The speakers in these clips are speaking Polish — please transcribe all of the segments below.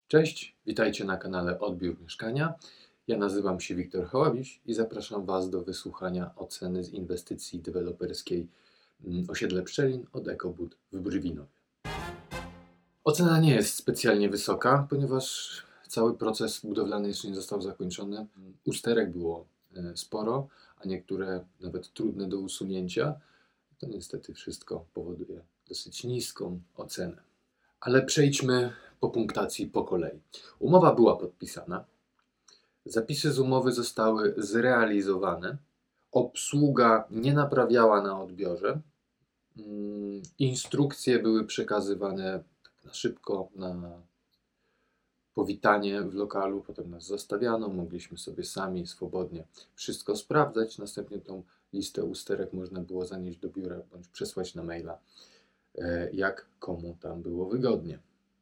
Cześć, witajcie na kanale Odbiór Mieszkania. Ja nazywam się Wiktor Hałabiś i zapraszam Was do wysłuchania oceny z inwestycji deweloperskiej osiedle Pszczelin od Ekobud w Brwinowie. Ocena nie jest specjalnie wysoka, ponieważ cały proces budowlany jeszcze nie został zakończony. Usterek było sporo, a niektóre nawet trudne do usunięcia. To niestety wszystko powoduje dosyć niską ocenę. Ale przejdźmy po punktacji po kolei. Umowa była podpisana, zapisy z umowy zostały zrealizowane, obsługa nie naprawiała na odbiorze, instrukcje były przekazywane tak na szybko, na powitanie w lokalu, potem nas zostawiano, mogliśmy sobie sami swobodnie wszystko sprawdzać, następnie tą listę usterek można było zanieść do biura bądź przesłać na maila, jak komu tam było wygodnie.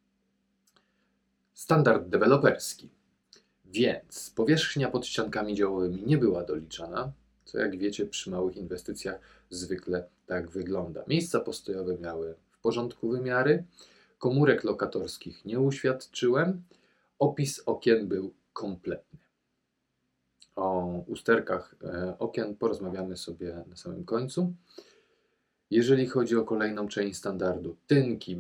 Standard deweloperski. Więc powierzchnia pod ściankami działowymi nie była doliczana, co jak wiecie przy małych inwestycjach zwykle tak wygląda. Miejsca postojowe miały w porządku wymiary, komórek lokatorskich nie uświadczyłem, opis okien był kompletny. O usterkach okien porozmawiamy sobie na samym końcu. Jeżeli chodzi o kolejną część standardu, tynki,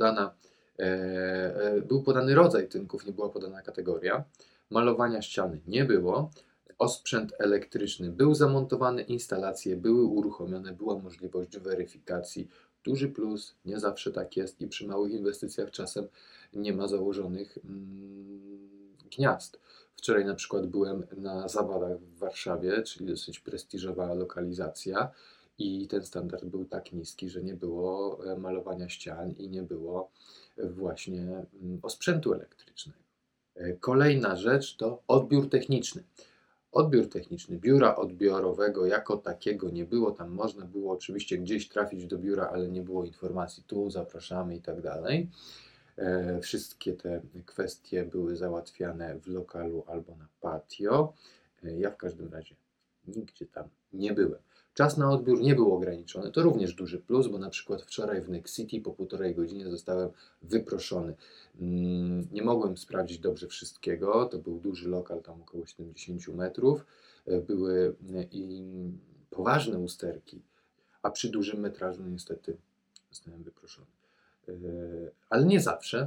był podany rodzaj tynków, nie była podana kategoria. Malowania ściany nie było. Osprzęt elektryczny był zamontowany, instalacje były uruchomione, była możliwość weryfikacji. Duży plus, nie zawsze tak jest i przy małych inwestycjach czasem nie ma założonych gniazd. Wczoraj na przykład byłem na Zawadach w Warszawie, czyli dosyć prestiżowa lokalizacja. I ten standard był tak niski, że nie było malowania ścian i nie było właśnie osprzętu elektrycznego. Kolejna rzecz to odbiór techniczny. Odbiór techniczny, biura odbiorowego jako takiego nie było. Tam można było oczywiście gdzieś trafić do biura, ale nie było informacji tu, zapraszamy i tak dalej. Wszystkie te kwestie były załatwiane w lokalu albo na patio. Ja w każdym razie nigdzie tam nie byłem. Czas na odbiór nie był ograniczony, to również duży plus, bo na przykład wczoraj w Next City po 1,5 godziny zostałem wyproszony. Nie mogłem sprawdzić dobrze wszystkiego, to był duży lokal, tam około 70 metrów, były i poważne usterki, a przy dużym metrażu niestety zostałem wyproszony. Ale nie zawsze,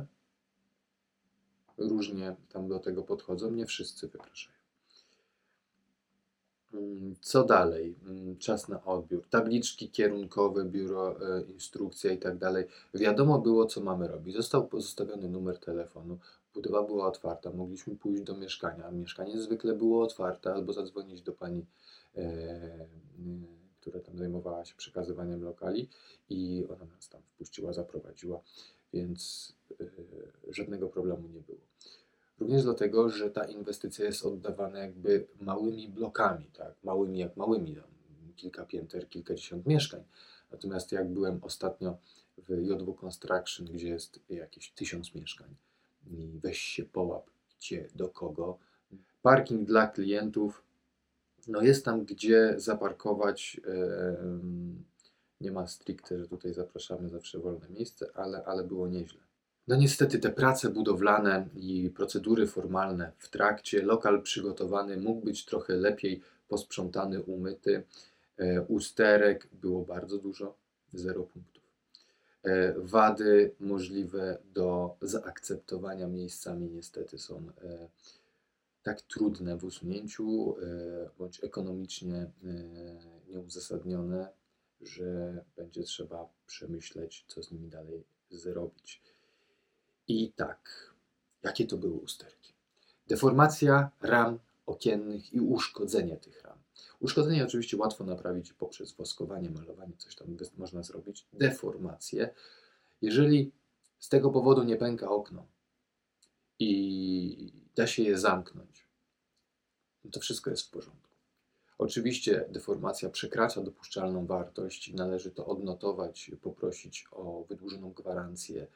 różnie tam do tego podchodzą, nie wszyscy wypraszają. Co dalej? Czas na odbiór. Tabliczki kierunkowe, biuro, instrukcja i tak dalej. Wiadomo było, co mamy robić. Został pozostawiony numer telefonu. Budowa była otwarta. Mogliśmy pójść do mieszkania. Mieszkanie zwykle było otwarte albo zadzwonić do pani, która tam zajmowała się przekazywaniem lokali i ona nas tam wpuściła, zaprowadziła, więc żadnego problemu nie było. Również dlatego, że ta inwestycja jest oddawana jakby małymi blokami, tak? Małymi jak małymi, tam kilka pięter, kilkadziesiąt mieszkań. Natomiast jak byłem ostatnio w JW Construction, gdzie jest jakieś 1000 mieszkań i weź się połap, gdzie, do kogo. Parking dla klientów, no jest tam gdzie zaparkować, nie ma stricte, że tutaj zapraszamy zawsze wolne miejsce, ale było nieźle. No niestety te prace budowlane i procedury formalne w trakcie, lokal przygotowany mógł być trochę lepiej posprzątany, umyty. Usterek było bardzo dużo, 0 punktów. Wady możliwe do zaakceptowania miejscami niestety są tak trudne w usunięciu, bądź ekonomicznie nieuzasadnione, że będzie trzeba przemyśleć, co z nimi dalej zrobić. I tak, jakie to były usterki? Deformacja ram okiennych i uszkodzenie tych ram. Uszkodzenie oczywiście łatwo naprawić poprzez woskowanie, malowanie, coś tam można zrobić. Deformacje, jeżeli z tego powodu nie pęka okno i da się je zamknąć, to wszystko jest w porządku. Oczywiście deformacja przekracza dopuszczalną wartość i należy to odnotować, poprosić o wydłużoną gwarancję.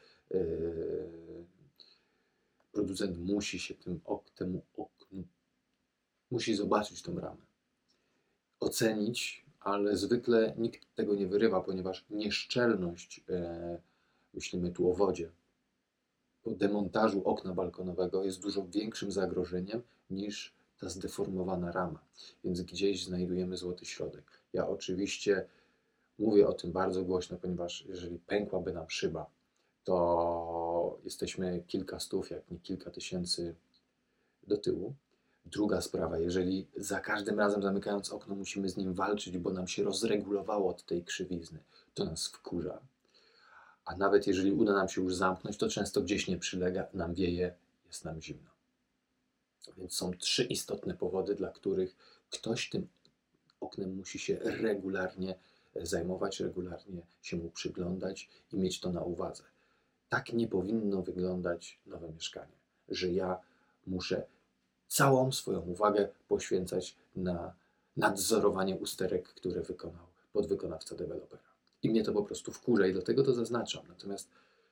Producent musi się temu oknu, musi zobaczyć tą ramę, ocenić, ale zwykle nikt tego nie wyrywa, ponieważ nieszczelność, myślimy tu o wodzie, po demontażu okna balkonowego jest dużo większym zagrożeniem niż ta zdeformowana rama. Więc gdzieś znajdujemy złoty środek. Ja oczywiście mówię o tym bardzo głośno, ponieważ jeżeli pękłaby nam szyba, to jesteśmy kilka stów, jak nie kilka tysięcy do tyłu. Druga sprawa, jeżeli za każdym razem zamykając okno musimy z nim walczyć, bo nam się rozregulowało od tej krzywizny, to nas wkurza. A nawet jeżeli uda nam się już zamknąć, to często gdzieś nie przylega, nam wieje, jest nam zimno. Więc są 3 istotne powody, dla których ktoś tym oknem musi się regularnie zajmować, regularnie się mu przyglądać i mieć to na uwadze. Tak nie powinno wyglądać nowe mieszkanie, że ja muszę całą swoją uwagę poświęcać na nadzorowanie usterek, które wykonał podwykonawca dewelopera. I mnie to po prostu wkurza i dlatego to zaznaczam. Natomiast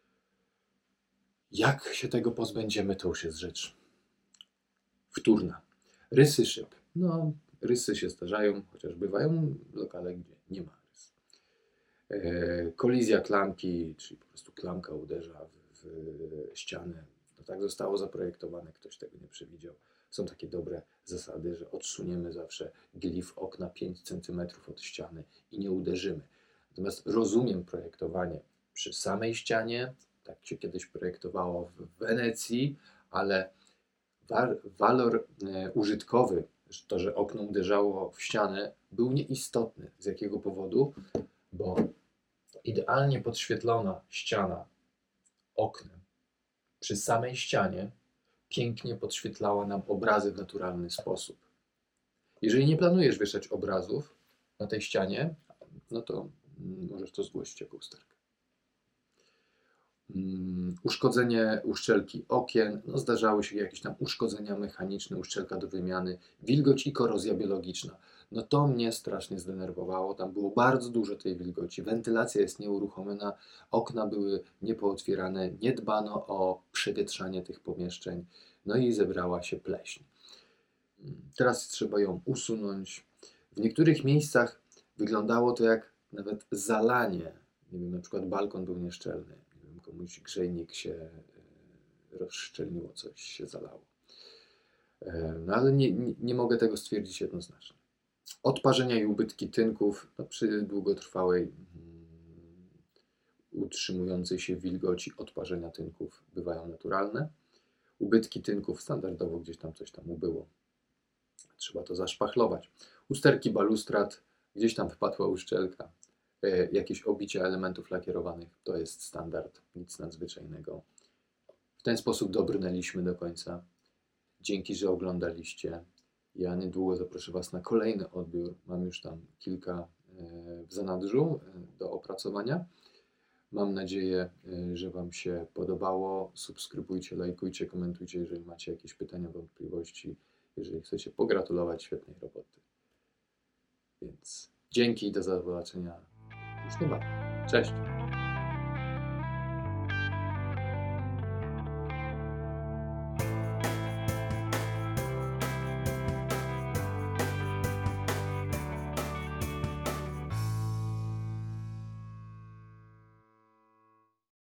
jak się tego pozbędziemy, to już jest rzecz wtórna. Rysy szyb. No, rysy się zdarzają, chociaż bywają lokale, gdzie nie ma rys. Kolizja klamki, czyli po prostu klamka uderza w ścianę. No tak zostało zaprojektowane, ktoś tego nie przewidział. Są takie dobre zasady, że odsuniemy zawsze glif okna 5 cm od ściany i nie uderzymy. Natomiast rozumiem projektowanie przy samej ścianie, tak się kiedyś projektowało w Wenecji, ale walor użytkowy, to, że okno uderzało w ścianę, był nieistotny. Z jakiego powodu? Bo idealnie podświetlona ściana oknem przy samej ścianie pięknie podświetlała nam obrazy w naturalny sposób. Jeżeli nie planujesz wieszać obrazów na tej ścianie, no to możesz to zgłosić jako usterkę. Uszkodzenie uszczelki okien, no zdarzały się jakieś tam uszkodzenia mechaniczne, uszczelka do wymiany, wilgoć i korozja biologiczna. No to mnie strasznie zdenerwowało, tam było bardzo dużo tej wilgoci, wentylacja jest nieuruchomiona, okna były niepootwierane, nie dbano o przewietrzanie tych pomieszczeń, no i zebrała się pleśń. Teraz trzeba ją usunąć. W niektórych miejscach wyglądało to jak nawet zalanie, nie wiem, na przykład balkon był nieszczelny, komuś grzejnik się rozszczelniło, coś się zalało. No ale nie mogę tego stwierdzić jednoznacznie. Odparzenia i ubytki tynków no, przy długotrwałej utrzymującej się wilgoci odparzenia tynków bywają naturalne. Ubytki tynków standardowo gdzieś tam coś tam ubyło. Trzeba to zaszpachlować. Usterki balustrad, gdzieś tam wpadła uszczelka. Jakieś obicia elementów lakierowanych, to jest standard, nic nadzwyczajnego. W ten sposób dobrnęliśmy do końca. Dzięki, że oglądaliście. Ja niedługo zaproszę Was na kolejny odbiór. Mam już tam kilka w zanadrzu do opracowania. Mam nadzieję, że Wam się podobało. Subskrybujcie, lajkujcie, komentujcie, jeżeli macie jakieś pytania, wątpliwości, jeżeli chcecie pogratulować świetnej roboty. Więc dzięki i do zobaczenia już niebawem. Cześć!